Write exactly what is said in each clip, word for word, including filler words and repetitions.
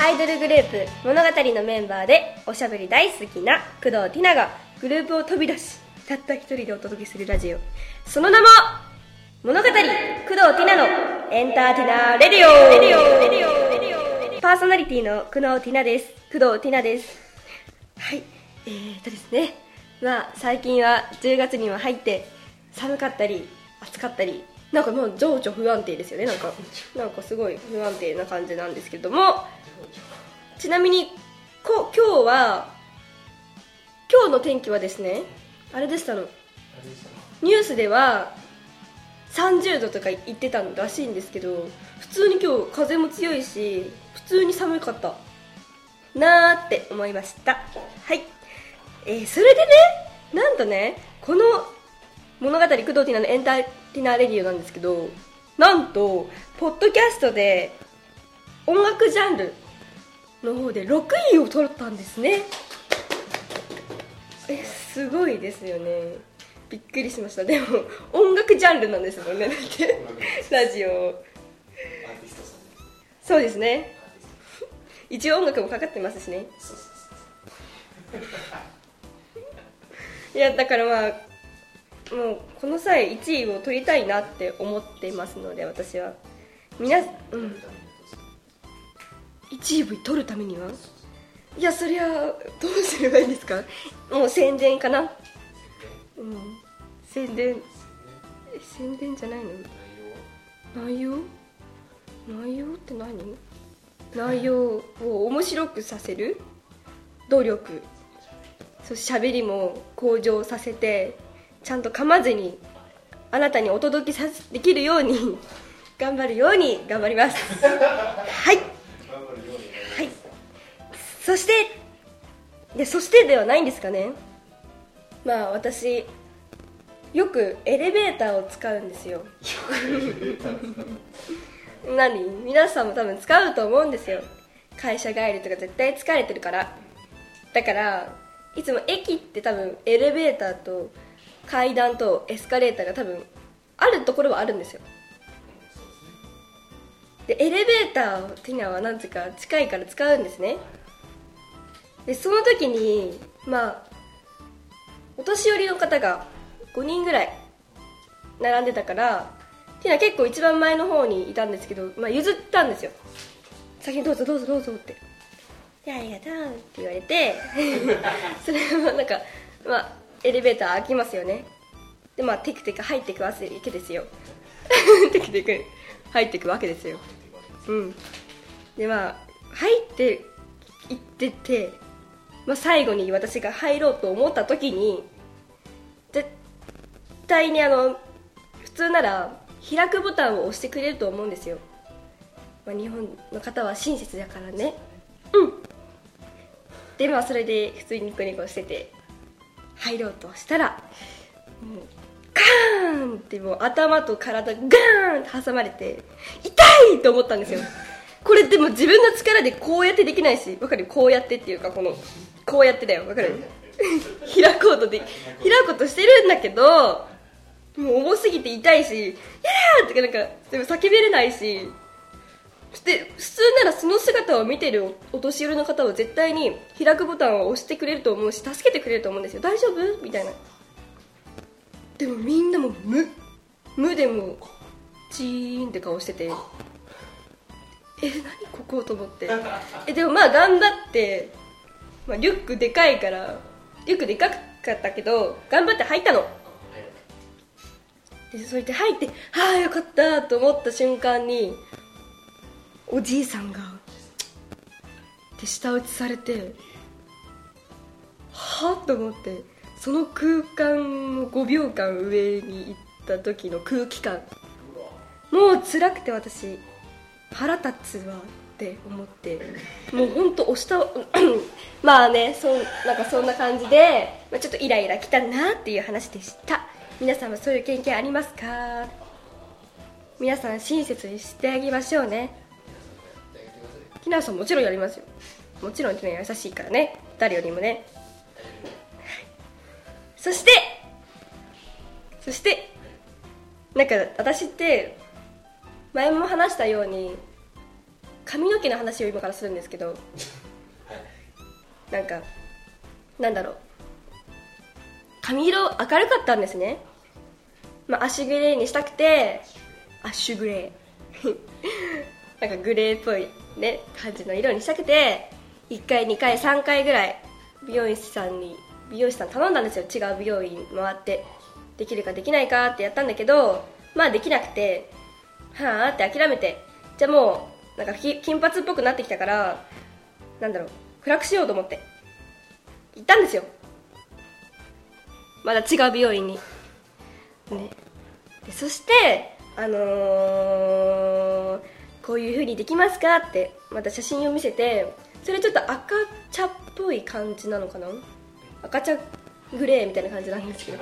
アイドルグループ物語のメンバーでおしゃべり大好きな工藤ティナがグループを飛び出したった一人でお届けするラジオ、その名も物語工藤ティナのエンターテイナーレディオ。パーソナリティの工藤ティナです。工藤ティナです。はい、えーとですねまあ最近はじゅうがつには入って寒かったり暑かったり、なんかもう情緒不安定ですよね。なんかなんかすごい不安定な感じなんですけども、ちなみにこ今日は今日の天気はですね、あれでしたの、ニュースではさんじゅうどとか言ってたらしいんですけど、普通に今日風も強いし普通に寒かったなーって思いました。はい、えー、それでね、なんとね、この物語工藤ティナのエンターテイナーレディオなんですけど、なんとポッドキャストで音楽ジャンルの方でろくいを取ったんですね。えすごいですよね。びっくりしました。でも音楽ジャンルなんですもんね、だってラジオ。そうですね、一応音楽もかかってますしね。いやだからまあもうこの際いちいを取りたいなって思っていますので、私はみな、うん、いちいを取るためには、いやそりゃどうすればいいんですか。もう宣伝かな、うん、宣伝宣伝じゃないの、内容内容って何、内容を面白くさせる努力、そして喋りも向上させて、ちゃんと噛まずにあなたにお届けさせできるように頑張るように頑張りますはい、はい、そしてでそしてではないんですかね。まあ私よくエレベーターを使うんですよ何、皆さんも多分使うと思うんですよ。会社帰りとか絶対疲れてるから。だからいつも駅って多分エレベーターと階段とエスカレーターが多分あるところはあるんですよ。でエレベーターをティナはなんていうか近いから使うんですね。でその時にまあお年寄りの方がごにんぐらい並んでたから、ティナ結構一番前の方にいたんですけど、まあ、譲ったんですよ。先にどうぞどうぞどうぞって、でありがとうって言われてそれはなんかまあエレベーター開きますよね。でまあテクテク入っていくわけですよテクテク入っていくわけですよ。うんでまあ入っていってて、まあ、最後に私が入ろうと思った時に絶対にあの普通なら開くボタンを押してくれると思うんですよ。まあ、日本の方は親切だからね。うんでまあそれで普通にニコニコしてて入ろうとしたら、もうカーンってもう頭と体ガーンって挟まれて痛いと思ったんですよ。これでも自分の力でこうやってできないし、わかる、こうやってっていうかこのこうやってだよ、わかる開こうとで開こうとしてるんだけど、もう重すぎて痛いし、イヤーってなんかでも叫べれないし、で普通ならその姿を見てるお年寄りの方は絶対に開くボタンを押してくれると思うし、助けてくれると思うんですよ。大丈夫みたいな。でもみんなも無無でもチーンって顔してて、え何ここと思ってえでもまあ頑張って、まあ、リュックでかいからリュックでかかったけど頑張って入ったので、そうやって入って、はあよかったと思った瞬間におじいさんがで舌打ちされて、はぁと思って、その空間のごびょうかん上に行った時の空気感、もう辛くて私腹立つわって思って、もうほんと押したまあね、そなんかそんな感じで、まあ、ちょっとイライラきたなっていう話でした。皆さんはそういう経験ありますか？皆さん親切にしてあげましょうね。ティナさんもちろんやりますよ。もちろんティナ優しいからね、誰よりもね。そしてそしてなんか私って前も話したように髪の毛の話を今からするんですけど、なんかなんだろう、髪色明るかったんですね。まあ、アッシュグレーにしたくて、アッシュグレーなんかグレーっぽい、ね、感じの色にしたくて、いっかいにかいさんかいぐらい美容師さんに美容師さん頼んだんですよ。違う美容院回ってできるかできないかってやったんだけど、まあできなくて、はあって諦めて、じゃあもうなんか金髪っぽくなってきたから、なんだろう、暗くしようと思って行ったんですよ。まだ違う美容院に、ね、でそしてあのー、こういう風にできますかってまた写真を見せて、それちょっと赤茶っぽい感じなのかな、赤茶グレーみたいな感じなんですけど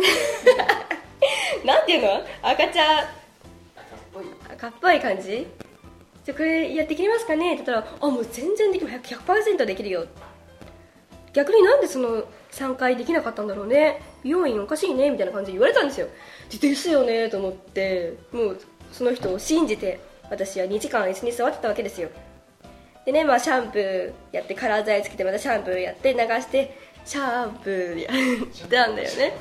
なんていうの、赤茶赤っぽい感じで、これやってきますかねって言ったら、あ、もう全然できる、 ひゃくパーセント できるよ。逆になんでそのさんかいできなかったんだろうね、美容院おかしいねみたいな感じで言われたんですよ。ですよねと思って、もうその人を信じて私はにじかん椅子に座ってたわけですよ。でね、まあシャンプーやってカラー剤つけて、またシャンプーやって流してシャンプーやったんだよね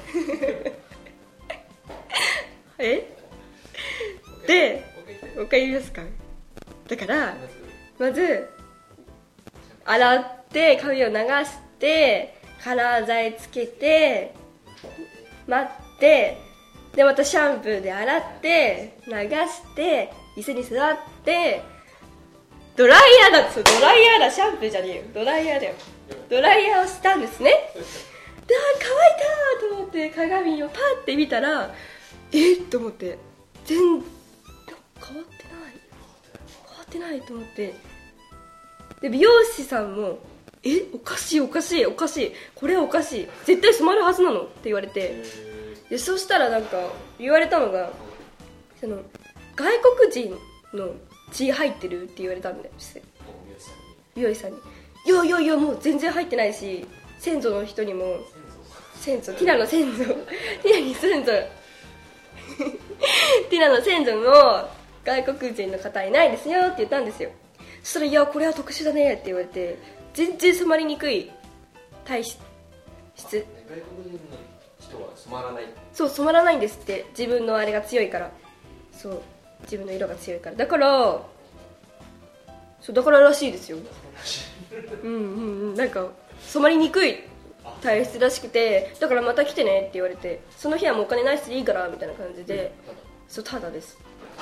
えで、もう一回言いますか。だからまず洗って髪を流してカラー剤つけて待って、でまたシャンプーで洗って流して椅子に座ってドライヤーだ、そうドライヤーだ、シャンプーじゃねえよ、ドライヤーだよ、ドライヤーをしたんですね。で、あ、乾いたと思って鏡をパッて見たら、えっと思って、全然変わってない変わってないと思って、で美容師さんもえおかしいおかしいおかしい、これはおかしい、絶対染まるはずなのって言われて、でそしたらなんか言われたのが、その外国人の血入ってるって言われたんですよ、美容師さんに。いやいやいや、もう全然入ってないし、先祖の人にも、先祖ティナの先祖ティナに先祖ティナの先祖も外国人の方いないですよって言ったんですよ。そしたら、いやこれは特殊だねって言われて、全然染まりにくい体質、外国人の人は染まらない。 そう、染まらないんですって、自分のあれが強いから。そう、自分の色が強いから、だからそうだかららしいですようんうんうん、なんか染まりにくい体質らしくて、だからまた来てねって言われて、その日はもうお金ないしいいからみたいな感じで、そうただです。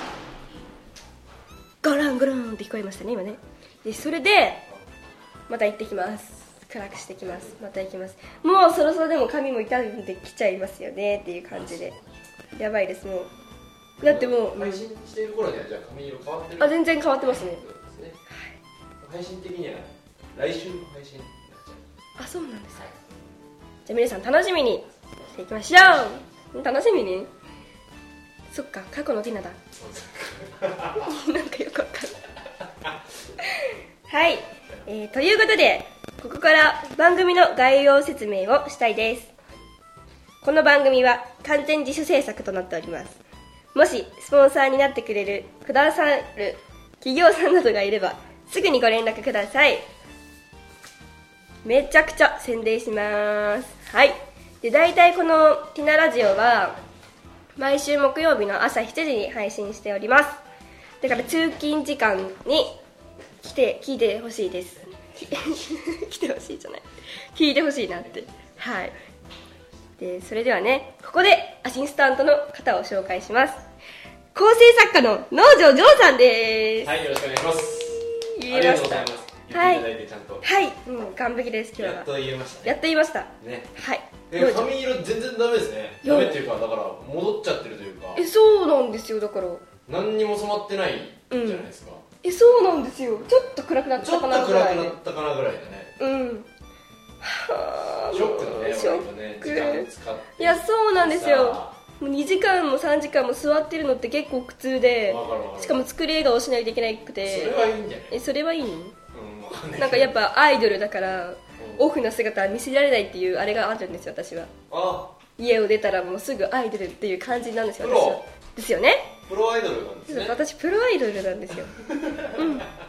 ガランガランって聞こえましたね今ね。でそれでまた行ってきます、暗くしてきます、また行きます。もうそろそろでも髪も傷んできちゃいますよねっていう感じで、やばいです。もうだってもう配信している頃にはじゃあ髪色変わってる。 あ、全然変わってますね。はい、 配信的には来週の配信になっちゃう。 あ、そうなんです、はい、じゃあ皆さん楽しみにしていきましょう。楽しみに、そっか、過去のティナだなんかよくわかんないはい、えー、ということでここから番組の概要説明をしたいです。この番組は完全自主制作となっております。もしスポンサーになってくれるくださる企業さんなどがいればすぐにご連絡ください。めちゃくちゃ宣伝します。はい。で、大体このティナラジオは毎週木曜日の朝しちじに配信しております。だから通勤時間に来て聞いてほしいです来てほしいじゃない聞いてほしいなって。はい。でそれではね、ここでアシスタントの方を紹介します。構成作家の能條ジョーさんです。 はい、よろしくお願いします。 言えました。 ありがとうございます。言っていただいてちゃんと。 はい、うん、完璧です。今日はやっと言えましたね。 やっと言いましたね。 はい。 え、髪色全然ダメですね。ダメっていうか、だから戻っちゃってるというか。 え、そうなんですよ。だから何にも染まってないじゃないですか。 うん、え、そうなんですよ。ちょっと暗くなったかなぐらい。 ちょっと暗くなったかなぐらいだね。 うん。はショックだね。 ショックね、時間使って。 いや、そうなんですよ。もうにじかんもさんじかんも座ってるのって結構苦痛で、しかも作り笑顔しないといけなくて。 それはいいんじゃない？ え、それはいいの？ うん、わかんない。 なんかやっぱアイドルだからオフな姿は見せられないっていうあれがあるんですよ、私は。 あ、 家を出たらもうすぐアイドルっていう感じなんですよ、私は。ですよね。 プロアイドルなんですね。 私プロアイドルなんですようん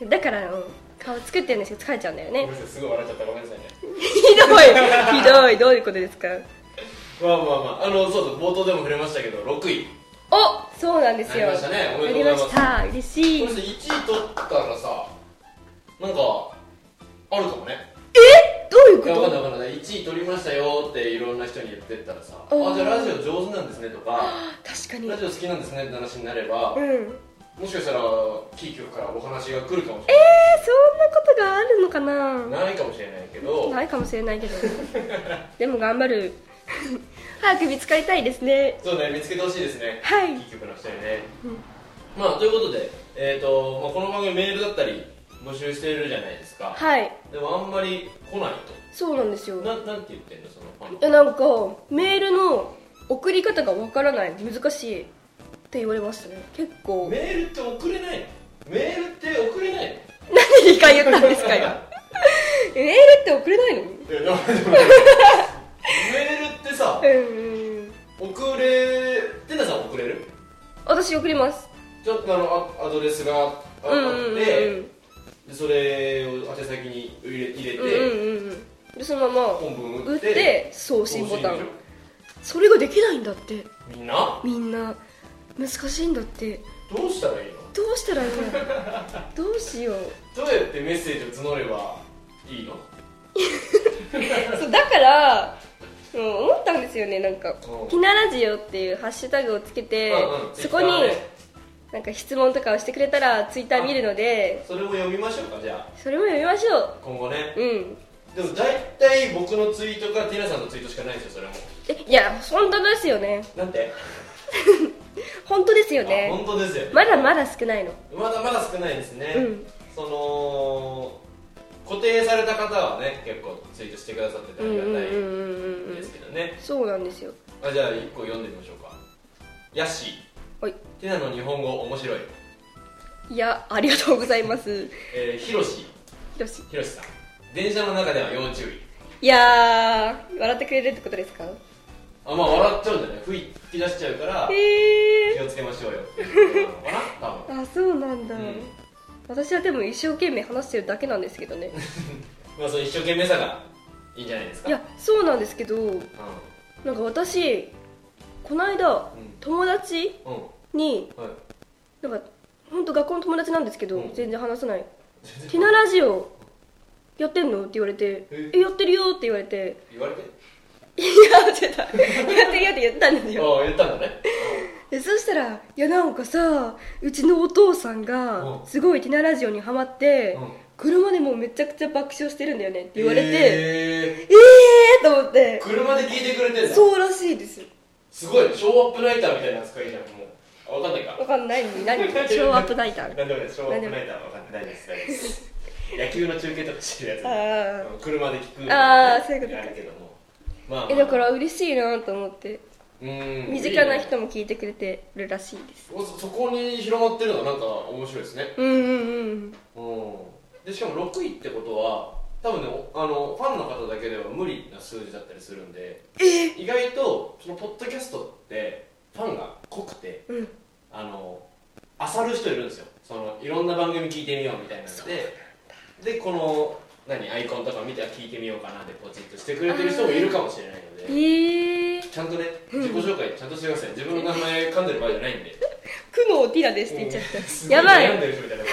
だからうん顔作ってるんですけど疲れちゃうんだよね。 ごめんなさい、すごい笑っちゃったごめんなさいね。 ひどいひどい、どういうことですか。 まあまあまあ、あのそうそう冒頭でも触れましたけどろくいお、そうなんですよ。 なりましたね。おめありでとうございます。 ました。嬉しい。 これさいちい取ったらさ、なんかあるかもね。 どういういやわかんこないわかんない。いちい取りましたよっていろんな人に言ってったらさ、あおーじゃあラジオ上手なんですねとか、 と。確かに。 ラジオ好きなんですねって話になれば、 うん。 もしかしたらキー局からお話が来るかもしえれー、そんなことがあるのかな。 ない、ないかもしれないけど、 ないかもしれないけどでも頑張る早く見つかりたいですね。 そうね、見つけてほしいですね、 はいキー局の人にね、 うんまあということで、えーとまあ、この番組メールだったり募集しているじゃないですか。 はい、 でもあんまり来ないそうなんですよ。 とななんて言ってんのそのファンいやなんかメールの送り方がわからない、難しいって言われましたね。結構メールって送れないの？メールって送れないの？ 何か言ったんですか今メールって送れないの？ いやなんでもメールってさ、 うん送れてなさん送れる？ 私送ります。 ちょっとあのアアドレスがああって、 うんうんうんでそれを宛先に入れ入れて、 うんうんうんうんでそのまま本文打っ打ってて送信ボタン。 送信でしそれができないんだってょみんなみんな。難しいんだって。 どうしたらいいの？ どうしたらいいのどうしよう。 どうやってメッセージを募ればいいの？ そうだからうん、思ったんですよね。なんかうん 「ティナラジオ」っていうハッシュタグをつけて、 うんうんそこに Twitter ねなんか質問とかをしてくれたらツイッター見るので、 それも読みましょうかじゃあそれも読みましょう。 今後ね。 うんでも大体僕のツイートかティナさんのツイートしかないんですよ。それもえいや本当ですよね。 なんて本当ですよあね。 本当ですよね。 まだまだ少ないの。 まだまだ少ないですね、 うんその固定された方はね結構ツイートしてくださっててありがたいうんうんうんうんうんですけどね。 そうなんですよ。 あじゃあいっこ読んでみましょうか。ヤッシー、 はいティナの日本語面白い。 いやありがとうございます。 えー、ヒロシひろしヒロシさん、電車の中では要注意。 いやー笑ってくれるってことですか？ あまあ笑っちゃうんじゃない、吹き出しちゃうからへ気をつけましょうよっていうことなのかな多分。 ーあそうなんだ、 うん私はでも一生懸命話してるだけなんですけどねまあその一生懸命さがいいんじゃないですか。 いやそうなんですけど、 うなんか私この間、 うん友達んうんにはいなんか本当学校の友達なんですけど、 うん全然話さない「ティナラジオやってんの?」って言われて「 ええやってるよ」って言われて言われて 「いやちょっとやってるよ」って言ったんですよ。 ああ言ったんだね。 でそしたら「いやなんかさうちのお父さんがうんすごいティナラジオにハマって、 うん車でもうめちゃくちゃ爆笑してるんだよね」って言われて「ええー!」と思ってー、車で聞いてくれてんだ。 そうらしいです。 すごいショーアップナイターみたいな扱いじゃん。もうあ分かんないか。 わかんない何ショーアップナイターなんでもないショーアップナイターは分かんないです大丈夫です野球の中継とかしてるやつ、 あうん車で聞くあーそういうことかあるけども、まあ、まあ、 えだから嬉しいなと思ってうーん身近ないい人も聞いてくれてるらしいです。 ねそそこに広まってるのはなんか面白いですね。 うんうんうんうんでしかもろくいってことは多分ねおあのファンの方だけでは無理な数字だったりするんで、意外とそのポッドキャストってファンが濃くて、 うんあの漁る人いるんですよ。そのいろんな番組聞いてみようみたいなのででこの何アイコンとか見て聞いてみようかなでポチッとしてくれてる人もいるかもしれないのえで、 ー、 ちゃんとね自己紹介ちゃんとしてください。自分の名前噛んでる場合じゃないんで。 苦悩ティナですって言っちゃった、 すごいやばい悩んでる人みたいな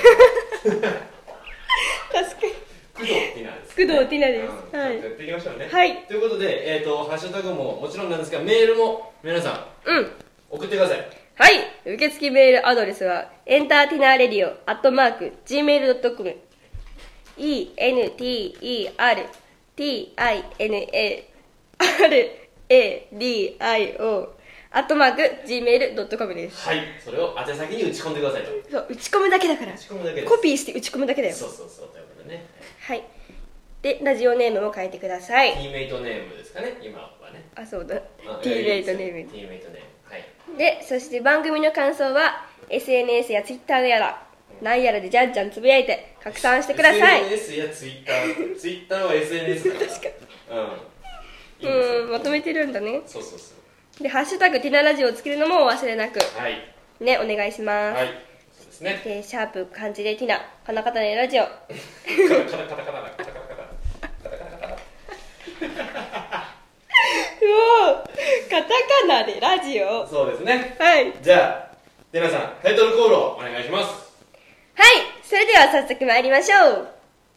確かに工藤ティナです、 工藤ティナです、 うんはいちゃんとやっていきましょうね。 はいということで、えー、とハッシュタグももちろんなんですがメールも皆さんうん送ってください。 はい受付メールアドレスはエンターティナーレディオアットマーク ジーメールドットコム エンターティナーレディオアットマーク ジーメールドットコム です。 はい、それを宛先に打ち込んでくださいと。 そう打ち込むだけだから打ち込むだけです。 コピーして打ち込むだけだよ。 そうそうそうということでね。 はいでラジオネームも書いてください。 ティーメイトネームですかね今はね。 あそうだあティーメイトネームティーメイトネームはい。 でそして番組の感想は エスエヌエス や Twitter やらなんやらでじゃんじゃんつぶやいて拡散してください。 エスエヌエス や Twitter Twitter は エスエヌエス だから確かうんいいんですようんまとめてるんだね。 そうそうそうでハッシュタグティナラジオをつけるのもお忘れなくはいねお願いします。 はいそうですですね。 でシャープ漢字でティナカナカタネラジオカタカタカタカタカタカタカタカタカタもうカタカナでラジオ。 そうですね。 はい。 じゃあティナさんタイトルコールをお願いします。 はい、それでは早速参りましょう。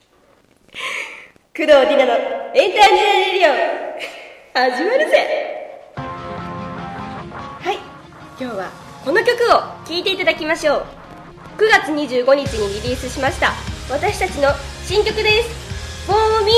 工藤ティナのエンターテイナーレディオ始まるぜ。はい、今日はこの曲を聴いていただきましょう。くがつにじゅうごにちにリリースしました私たちの新曲です。 For Me。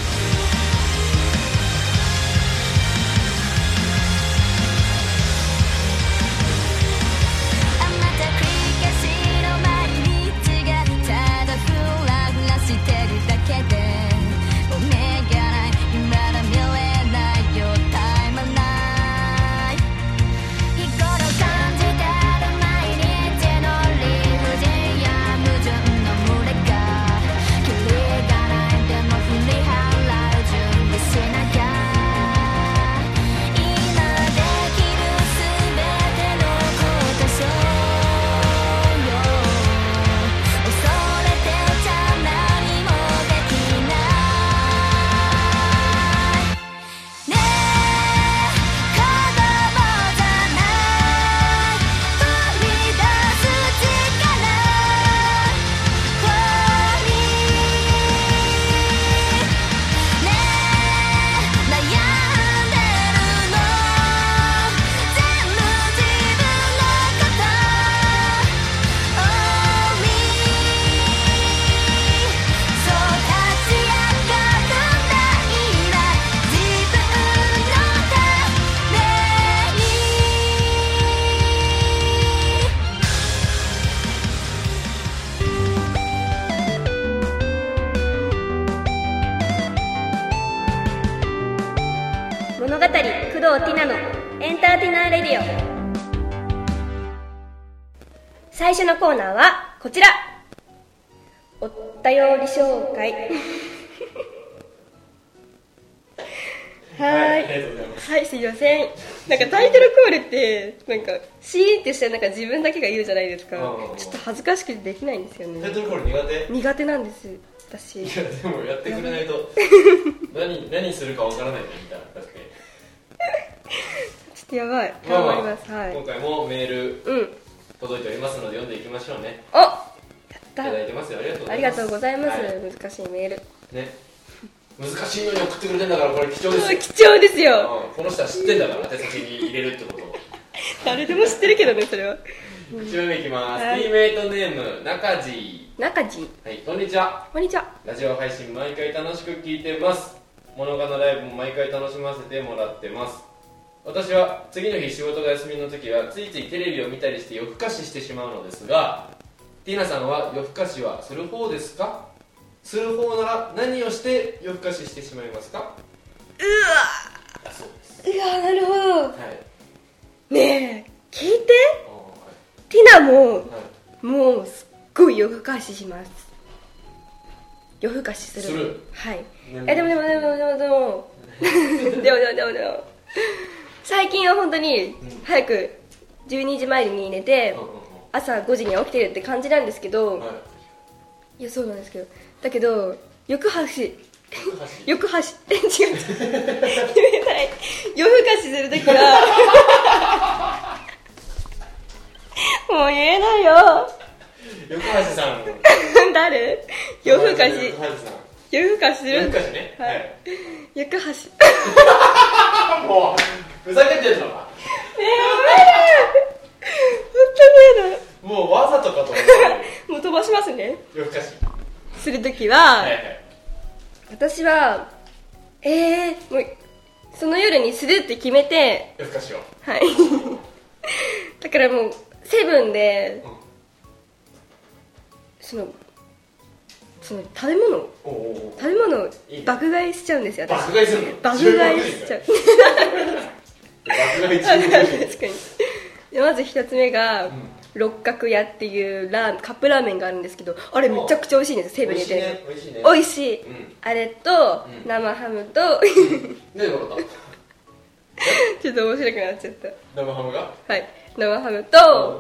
物語工藤ティナのエンターテイナーレディオ。最初のコーナーはこちら、お便り紹介はーい、 ありがとうございます。 はい、すいません。なんかタイトルコールってなんかシーンってしてなんか自分だけが言うじゃないですか。 うん、 ちょっと恥ずかしくてできないんですよね。 タイトルコール苦手？ 苦手なんです私。 いやでもやってくれないと何何するかわからないとみたいな。確かにちょっとやばい、頑張ります。 まあまあ、 はい、 今回もメール、 うん、 届いておりますので読んでいきましょうね。 お、やったいただいてますよ。ありがとうございます。 ありがとうございます、 はい、 難しいメールね、難しいのに送ってくれてんだからこれ貴重ですよ。 貴重ですよ、 うん、この人は知ってんだから手先に入れるってことを誰でも知ってるけどねそれは。 一番目いきます、 はい、 ティーメイトネーム中地。 中地、 はい、こんにちは。 こんにちは。 ラジオ配信毎回楽しく聞いてます。モノガのライブも毎回楽しませてもらってます。私は次の日仕事が休みの時はついついテレビを見たりして夜更かししてしまうのですが、ティナさんは夜更かしはする方ですか？する方なら何をして夜更かししてしまいますか？ うわだそうです。 うわ、なるほど、 はい、 ねえ聞いて、 はい、 ティナも、 はい、 もうすっごい夜更かしします。夜更かしする。 する。 はい。えでもでもでもでもでもでもでもでもでもでも最近は本当に早くじゅうにじまえに寝て朝ごじには起きてるって感じなんですけど、はい、いやそうなんですけど、だけど夜更かし夜更かし違う言えない夜更かしするときはもう言えないよ。 夜更かしさん誰？夜更かし夜更かしする。 夜更かしね、はい、 夜更かしもうふざけてるのか。ねえ、 やばい本当にやだ。 もうわざとかと思うもう飛ばしますね。 夜更かしするときは、 はいはい、 私はえー、もうその夜にするって決めて夜更かしを、 はいだからもうセブンで、うん、そのその食べ物をおうおう食べ物を爆買いしちゃうんですよ。 爆買いするの？ 爆買いしちゃう爆買い中確かに。でまず一つ目が、うん、六角屋っていうラーカップラーメンがあるんですけど、あれめちゃくちゃ美味しいんです。セブンに入れてる。 美味しいね。 美味しい、うん、あれと、うん、生ハムと、うん、 何で分かったちょっと面白くなっちゃった。 生ハムが？ はい、生ハムと、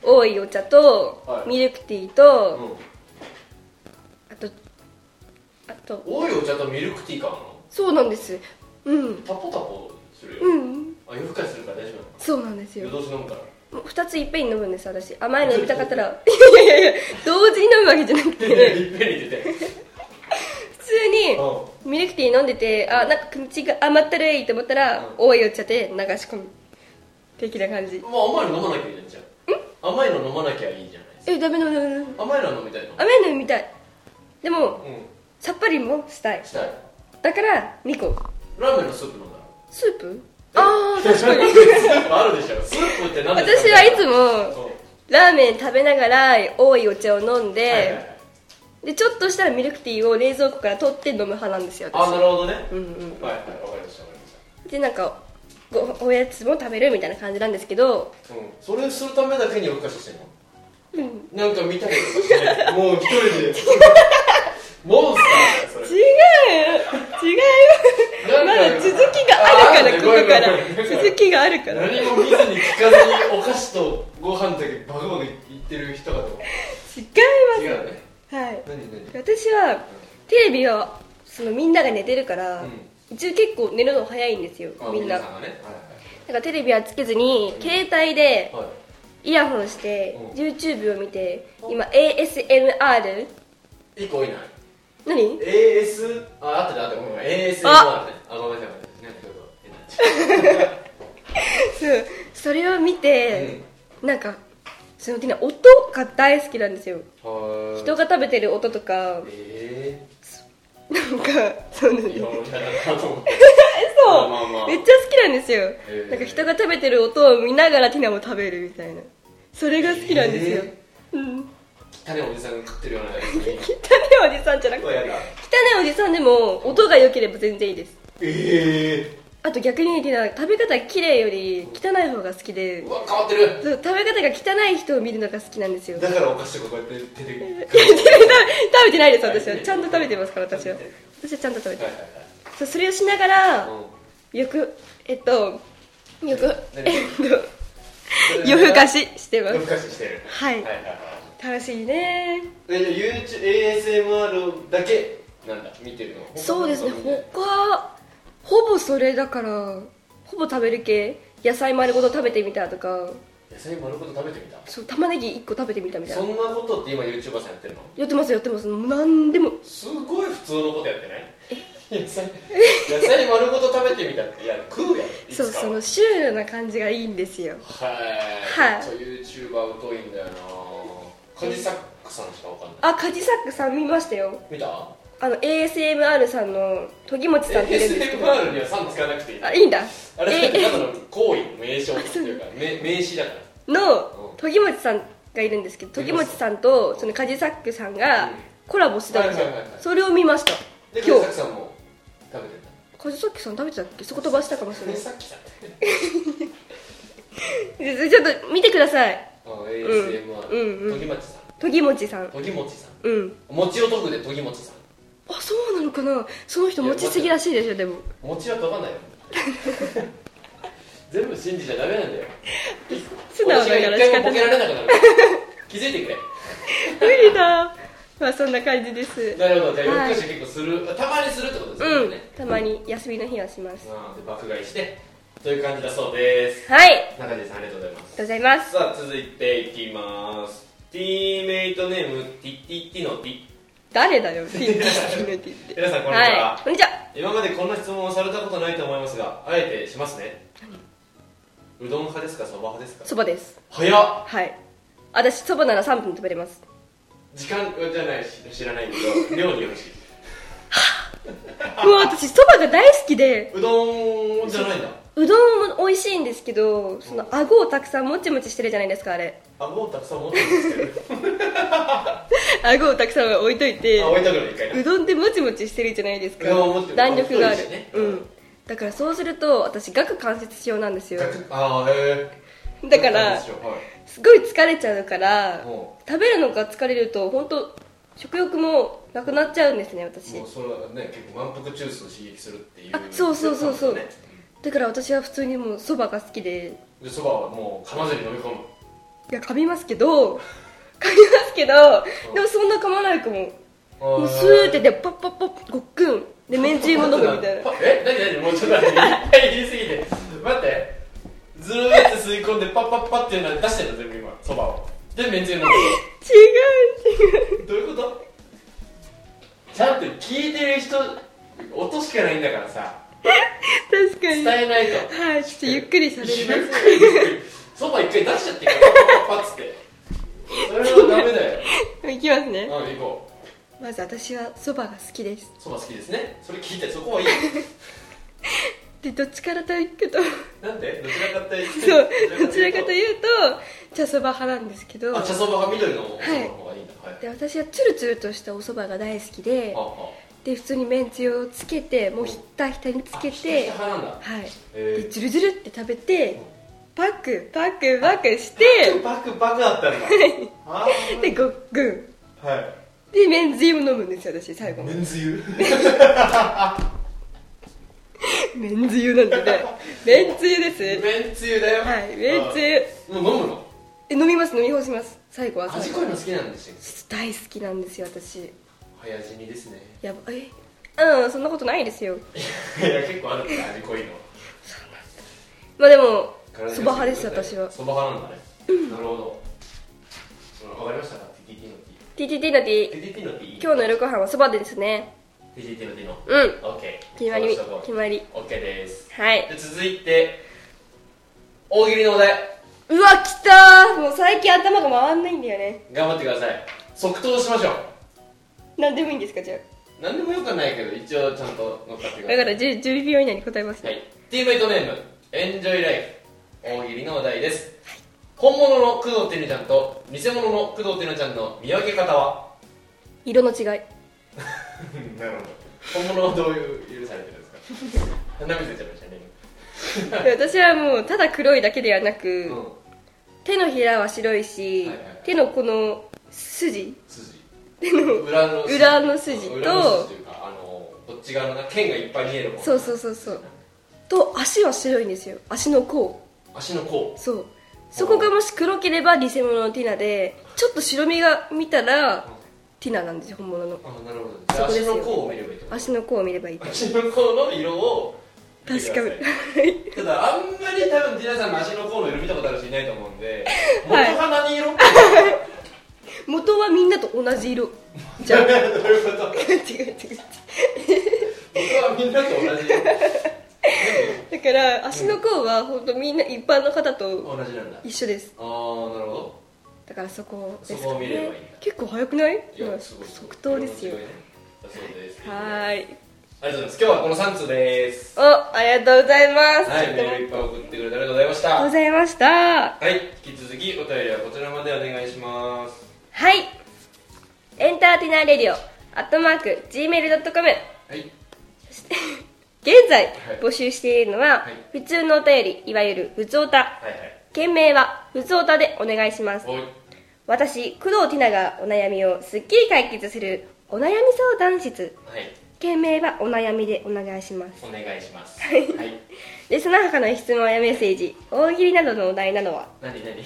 多いお茶と、 はいミルクティーと、 うん、 あとあと多いお茶とミルクティーかなの。 そうなんです。うんタポタポするよ、 うん、 あ、夜更かしするから大丈夫なのかそうなんですよ。 夜通し飲むから。 ふたついっぺんに飲むんです私。甘いの飲みたかったらいやいやいや同時に飲むわけじゃなくていっぺんに出て普通にミルクティー飲んでて、あ、なんか口が甘ったるいと思ったら、うん、多いお茶で流し込む的な感じ。 まあ甘いの飲まなきゃいいじゃん。甘いの飲まなきゃいいじゃないですか。 え、ダメダメダメ。 甘いの飲みたいの。 甘いの飲みたい。でも、うん、さっぱりもしたい。 したい。 だからにこ。 ラーメンのスープ飲んだの。 スープ？ああ、確かに。 スープあるでしょ。スープって何ですか？ 私はいつもラーメン食べながら多いお茶を飲んで、はいはいはい、でちょっとしたらミルクティーを冷蔵庫から取って飲む派なんですよ。 私。あ、なるほどね。 うんうん。 はいはい、わかりましたわかりました。 でなんか お, おやつも食べるみたいな感じなんですけど、 うん、それするためだけに夜更かししてんの？うん。なんか見たりとかしてもう一人でモンスターだよそれ。違う違うまだ続きがあるから、ここから続きがあるから。 何も見ずに聞かずにお菓子とご飯だけバカバカ言ってる人かと思う。 違います。 違うね。 はい。 何何？ 私はテレビはそのみんなが寝てるから、うん、一応結構寝るの早いんですよ、みんな。だからテレビはつけずに、うん、携帯でイヤホンして、うん、YouTube を見て、今 エーエスエムアールいっこ多いな。何？ エーエス あ、あってたあってたごめん エーエスエムアール ね。あ、ごめんなさいごめんなさい。 そうそれを見て、うん、なんかその音が大好きなんですよ。人が食べてる音とか、えー、なんかそうなんです。そう、まあまあ、めっちゃ好きなんですよ、えー、なんか人が食べてる音を見ながらティナも食べるみたいな、それが好きなんですよ、えー、うん。汚いおじさんが食ってるようなやつに汚いおじさんじゃなくて、汚いおじさんでも音が良ければ全然いいです。ええー。あと逆にティナ食べ方が綺麗より汚い方が好きで、うわ変わってる。そう、食べ方が汚い人を見るのが好きなんですよ。だからお菓子とかこうやって手で食べてないです。私はちゃんと食べてますから。私は私はちゃんと食べてます、はいはいはい、そう、それをしながら、うん、よくえっとよくえっと夜更かししてます。夜更かししてる、はい、はいはいはい、楽しいね。え、YouTube エーエスエムアール だけなんだ見てるの？そうですね、他ほぼそれだから、ほぼ食べる系、野菜丸ごと食べてみたとか。野菜丸ごと食べてみた？そう、玉ねぎいっこ食べてみたみたいな。そんなことって今 YouTuber さんやってるの？やってますやってます。なんでもすごい普通のことやってない？野菜野菜丸ごと食べてみたって、いや食うやん。そう、そのシュールな感じがいいんですよ。はいはい。ちょっと YouTuber 疎いんだよな。カジサックさんしかわかんない。あ、カジサックさん見ましたよ。見た？あの エーエスエムアール さんのとぎもちさんっているんですけど、 エーエスエムアール にはさん使わなくていい。あ、いいんだ。あれだただの行為名称っていうか名詞だからのとぎもちさんがいるんですけど、とぎもちさんとそのカジサックさんがコラボしてたんですよ。それを見ました。でカジサックさんも食べてた？カジサックさん食べてたっけ？そこ飛ばしたかもしれない。さっきさちょっと見てください。あ、エーエスエムアール、とぎもちさん、とぎもちさん、とぎもちさん、うん、餅を研ぐでとぎもちさん。あ、そうなのかな。その人持ちすぎらしいでしょ。でも餅は研がないよ全部信じちゃダメなんだよ。素直だから仕方ない。私が一回もボケられなくなる気づいてくれ無理だ。まあそんな感じです。なるほど。じゃあ夜更かし結構する、たまにするってことですよね。うん、たまに休みの日はします。あ、で爆買いしてという感じだそうです。はい、中地さんありがとうございます。ありがとうございます。さあ続いていきます。ティーメイトネームティティティのティ。誰だよティティティのティって。皆さんこんにちは、はい、こんにちは。今までこんな質問をされたことないと思いますが、あえてしますね。うどん派ですか、そば派ですか？そばです。早っ。はい、私そばならさんぷんで食べれます。時間じゃないし知らないけど量によるしもう私そばが大好きで。うどんじゃないんだ。うどんも美味しいんですけど、その顎をたくさんもちもちしてるじゃないですか、あれ。顎をたくさんもちもちしてる顎をたくさん置いといて、あ、置いとくの一回な。うどんってもちもちしてるじゃないですか。弾力がある、ね、うん、だからそうすると私顎関節症なんですよ。あ、へえ。だからすごい疲れちゃうから、食べるのが疲れると本当食欲もなくなっちゃうんですね、私。もうそれはね、結構満腹中枢を刺激するっていう。あ、そうそうそうそう、だから私は普通にもうそばが好きで。でそばはもう噛まずに飲み込む。 いや噛みますけど噛みますけど、うん、でもそんな噛まないかも。もうスーってでパッパッパッごっくんでめんつゆも飲むみたいな。 え、なになに、もうちょっと待って、いっぱい言いすぎて待って、ずーって吸い込んでパッパッパッっていうのは出してるの全部今、そばをでめんつゆ飲む。違う違う、 どういうこと？ちゃんと聞いてる人音しかないんだからさ、 確かに伝えないと。 はい、ちょっとゆっくりしゃべります。 ゆっくりゆっくりそば一回出しちゃってからパッパッパッつってそれはダメだよ。 いきますね。 うん、行こう。 まず私はそばが好きです。 そば好きですね。それ聞いて、そこはいいで、どっちからというとなんでどちらかというとそうどちらかというと茶そば派なんですけど。 あ、茶そば派、緑のおそばの方がいいんだ、はい、 で私はツルツルとしたおそばが大好きで、 はあはあ、 で普通にめんつゆをつけて、もうひったひたにつけて、ひたひた派なんだ、はい、 えー、 でズルズルって食べて、パクパクパクしてパクパクだったんだでごっくん、 はい、 でめんつゆも飲むんですよ私最後。 めんつゆめんつゆなんでねめんつゆです。 めんつゆだよ。 はい、めんつゆもう飲むの？ え、飲みます、飲み干します。最後は味濃いの好きなんですよ。 大好きなんですよ私。 早死にですね。 やばえうん、そんなことないですよ。 いや結構あるから味濃いの。 そうなんだ。まあでもそば派です私は。 そば派なんだね、うん、なるほど。わかりましたか？ ティーティーティー の T。 ティーティーティー の T。 ティーティーティー の T。 今日の夜ご飯はそばですね。 ティーティーティー の T のうん、 OK、 決まり決まり OK です。 はい。 で続いて大喜利のお題。 うわ来たー。もう最近頭が回んないんだよね。 頑張ってください。即答しましょう。 何でもいいんですか？じゃあ何でもよくはないけど一応ちゃんと乗っかってください。 だから 10, じゅうびょう以内に答えますね。 はい。ティーメイトネームエンジョイライフ、大喜利のお題です、はい、本物の工藤テヌちゃんと偽物の工藤テヌちゃんの見分け方は？ 色の違い。なるほど。本物はどういう許されてるんですか？鼻水出ちゃいましたね私はもうただ黒いだけではなく、うん、手のひらは白いし、はいはいはい、手のこの筋筋手の裏の筋、裏の筋と、 裏の筋というか、あのどっち側のな剣がいっぱい見えるもん。 そうそうそうそうと、足は白いんですよ。足の甲。 足の甲。 そう。そこがもし黒ければ偽物のティナで、ちょっと白身が見たらティナなんですよ、本物の。 あ、なるほど。じゃあ足の甲を見ればいいと。 足の甲を見ればいいと。 足の甲の色を見てください。 確かに。 ただあんまり多分ティナさんの足の甲の色見たことある人いないと思うんで、元は何色？ 元はみんなと同じ色。じゃあどういうこと？違う違う違う。 元はみんなと同じ色。 だから足の甲は本当みんな一般の方と一緒です。 ああ、なるほど。 だからそこですかね。 そこを見ればいいんだ。結構早くない？ いや、すごい。 即答ですよ。 そうです。 はい。 ありがとうございます。今日はこのさん通です。 お、ありがとうございます。 はい、メールいっぱい送ってくれてありがとうございました。 ありがとうございました。 はい、引き続きお便りはこちらまでお願いします。 はい。エンターテイナーレディオアットマーク ジーメールドットコム。はい。そして現在募集しているのは、はい、普通のお便り、いわゆるふつおた、はいはい、件名はふつおたでお願いします。私工藤ティナがお悩みをすっきり解決するお悩み相談室、はい、件名はお悩みでお願いします。 お願いします。 はい、でその他の質問やメッセージ、大喜利などのお題などは何何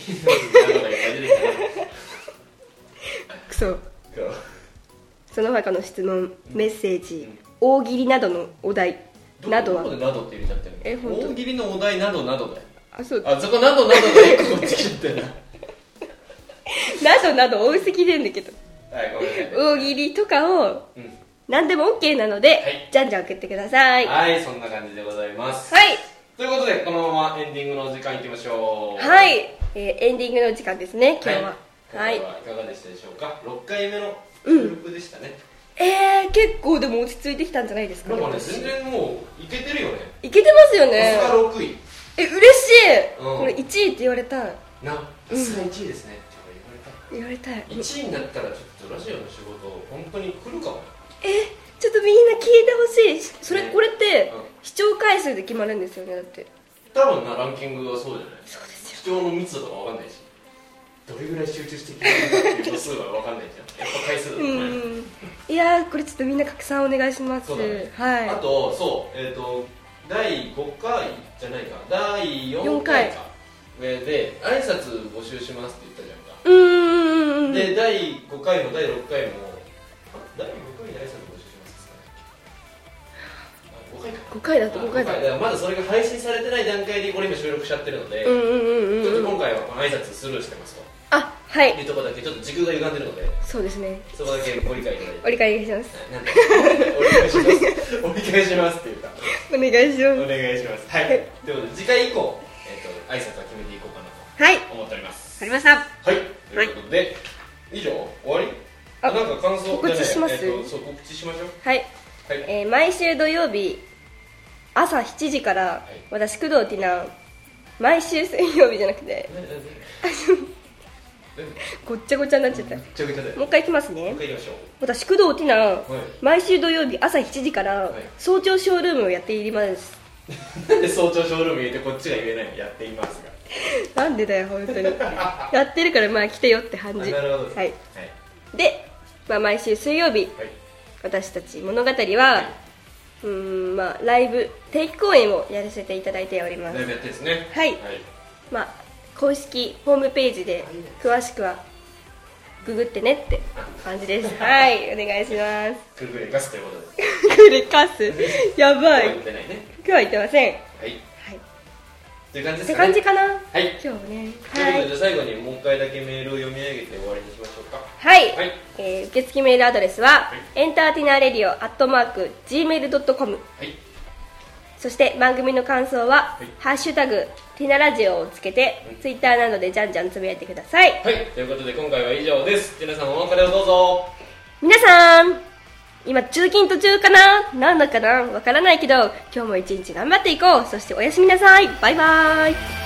クソその他の質問、メッセージ、うん、大喜利などのお題などはどこでなどって入れちゃってるの？え、本当？大喜利のお題などなどだよ。 あ、そう。 あそこなどなどでこっち来ちゃってるななどなど多すぎるんだけど、 はい、ごめんなさい。 大喜利とかを、うん、何でも OK なので、はい、じゃんじゃん送ってください。 はい、そんな感じでございます。 はい、 ということでこのままエンディングのお時間いきましょう。 はい、えー、エンディングの時間ですね、今日は。 はい、いかがでしたでしょうか。ろっかいめの収録でしたね。 うん、えー、結構でも落ち着いてきたんじゃないですか。 なんかね、全然もういけてるよね。 いけてますよね。 さすがろくい。 え、嬉しい、うん、これいちいって言われたいな。さすがいちいですねって言われたい。 いちいになったらちょっとラジオの仕事本当に来るかも。 え、ちょっとみんな聞いてほしい。それ、ね、これって、うん、視聴回数で決まるんですよね。だって多分な、ランキングはそうじゃない。 そうですよ。 視聴の密度とか分かんないし、どれぐらい集中して聞いてるかっていう度数は分かんないじゃん。やっぱ回数だとね。うん、いやー、これちょっとみんな拡散お願いします。そうだね、はい。 あと、そう、えっ、ー、とだいごかいじゃないか、だいよんかいかで挨拶募集しますって言ったじゃんか。 うんうんうん。 でだいごかいもだいろっかいもだいごかいで挨拶募集しますですかね。ごかいかごかいだとごかいだだからまだそれが配信されてない段階でこれ今収録しちゃってるので、 うんうんうんうん。 ちょっと今回はこの挨拶スルーしてますとあ、はいいうところだけちょっと時空が歪んでるので、 そうですね。 そこだけご理解いただいてお理解します。 なんでお理解しますお理解しますっていうかお願いしまお願いします。はい、ということで次回以降、えー、と挨拶は決めていこうかなす。はい、 と思っております。 ありました。 はい、ということで、以上終わり？ ああ、なんか感想告知しますじゃないえーとそう告知しましょう。 はい、 はいえー毎週土曜日朝しちじから、 い私工藤ティナ毎週水曜日じゃなくてななななごっちゃごちゃになっちゃった。もめっちゃくちゃだよ。 う一回いきますね。 もう一回言いましょう。 私工藤ティナ、 はい毎週土曜日朝しちじから、 はい早朝ショールームをやっていります。 なんで早朝ショールーム入れてこっちが言えないのやっていますが。 なんでだよ本当にやってるからまあ来てよって感じ。 あなるほどです。 はい、 はいで、まあ、毎週水曜日、 はい私たち物語は、うーんまあライブ定期公演をやらせていただいております。 ライブやってるんですね。 はいはいまあ公式ホームページで詳しくはググってねって感じです。はいお願いします。 くるくるガスということで。 クレカスやばい。 言ってないね。 今日は言ってません。 はい。 はいという感じってですかね。 感じかな。 はい。 今日ね。 ということで、 はいじゃあ最後にもう一回だけメールを読み上げて終わりにしましょうか。 はい、 はいえー受付メールアドレスは、エンターテイナーレディオアットマーク ジーメールドットコム。 はい。 そして番組の感想は、 いハッシュタグティナラジオをつけて、ツイッターなどでじゃんじゃんつぶやいてください。 はい。ということで、今回は以上です。皆さんお別れをどうぞ。 皆さん今通勤途中かな、なんだかなわからないけど、今日も一日頑張っていこう。そしておやすみなさい。バイバイ。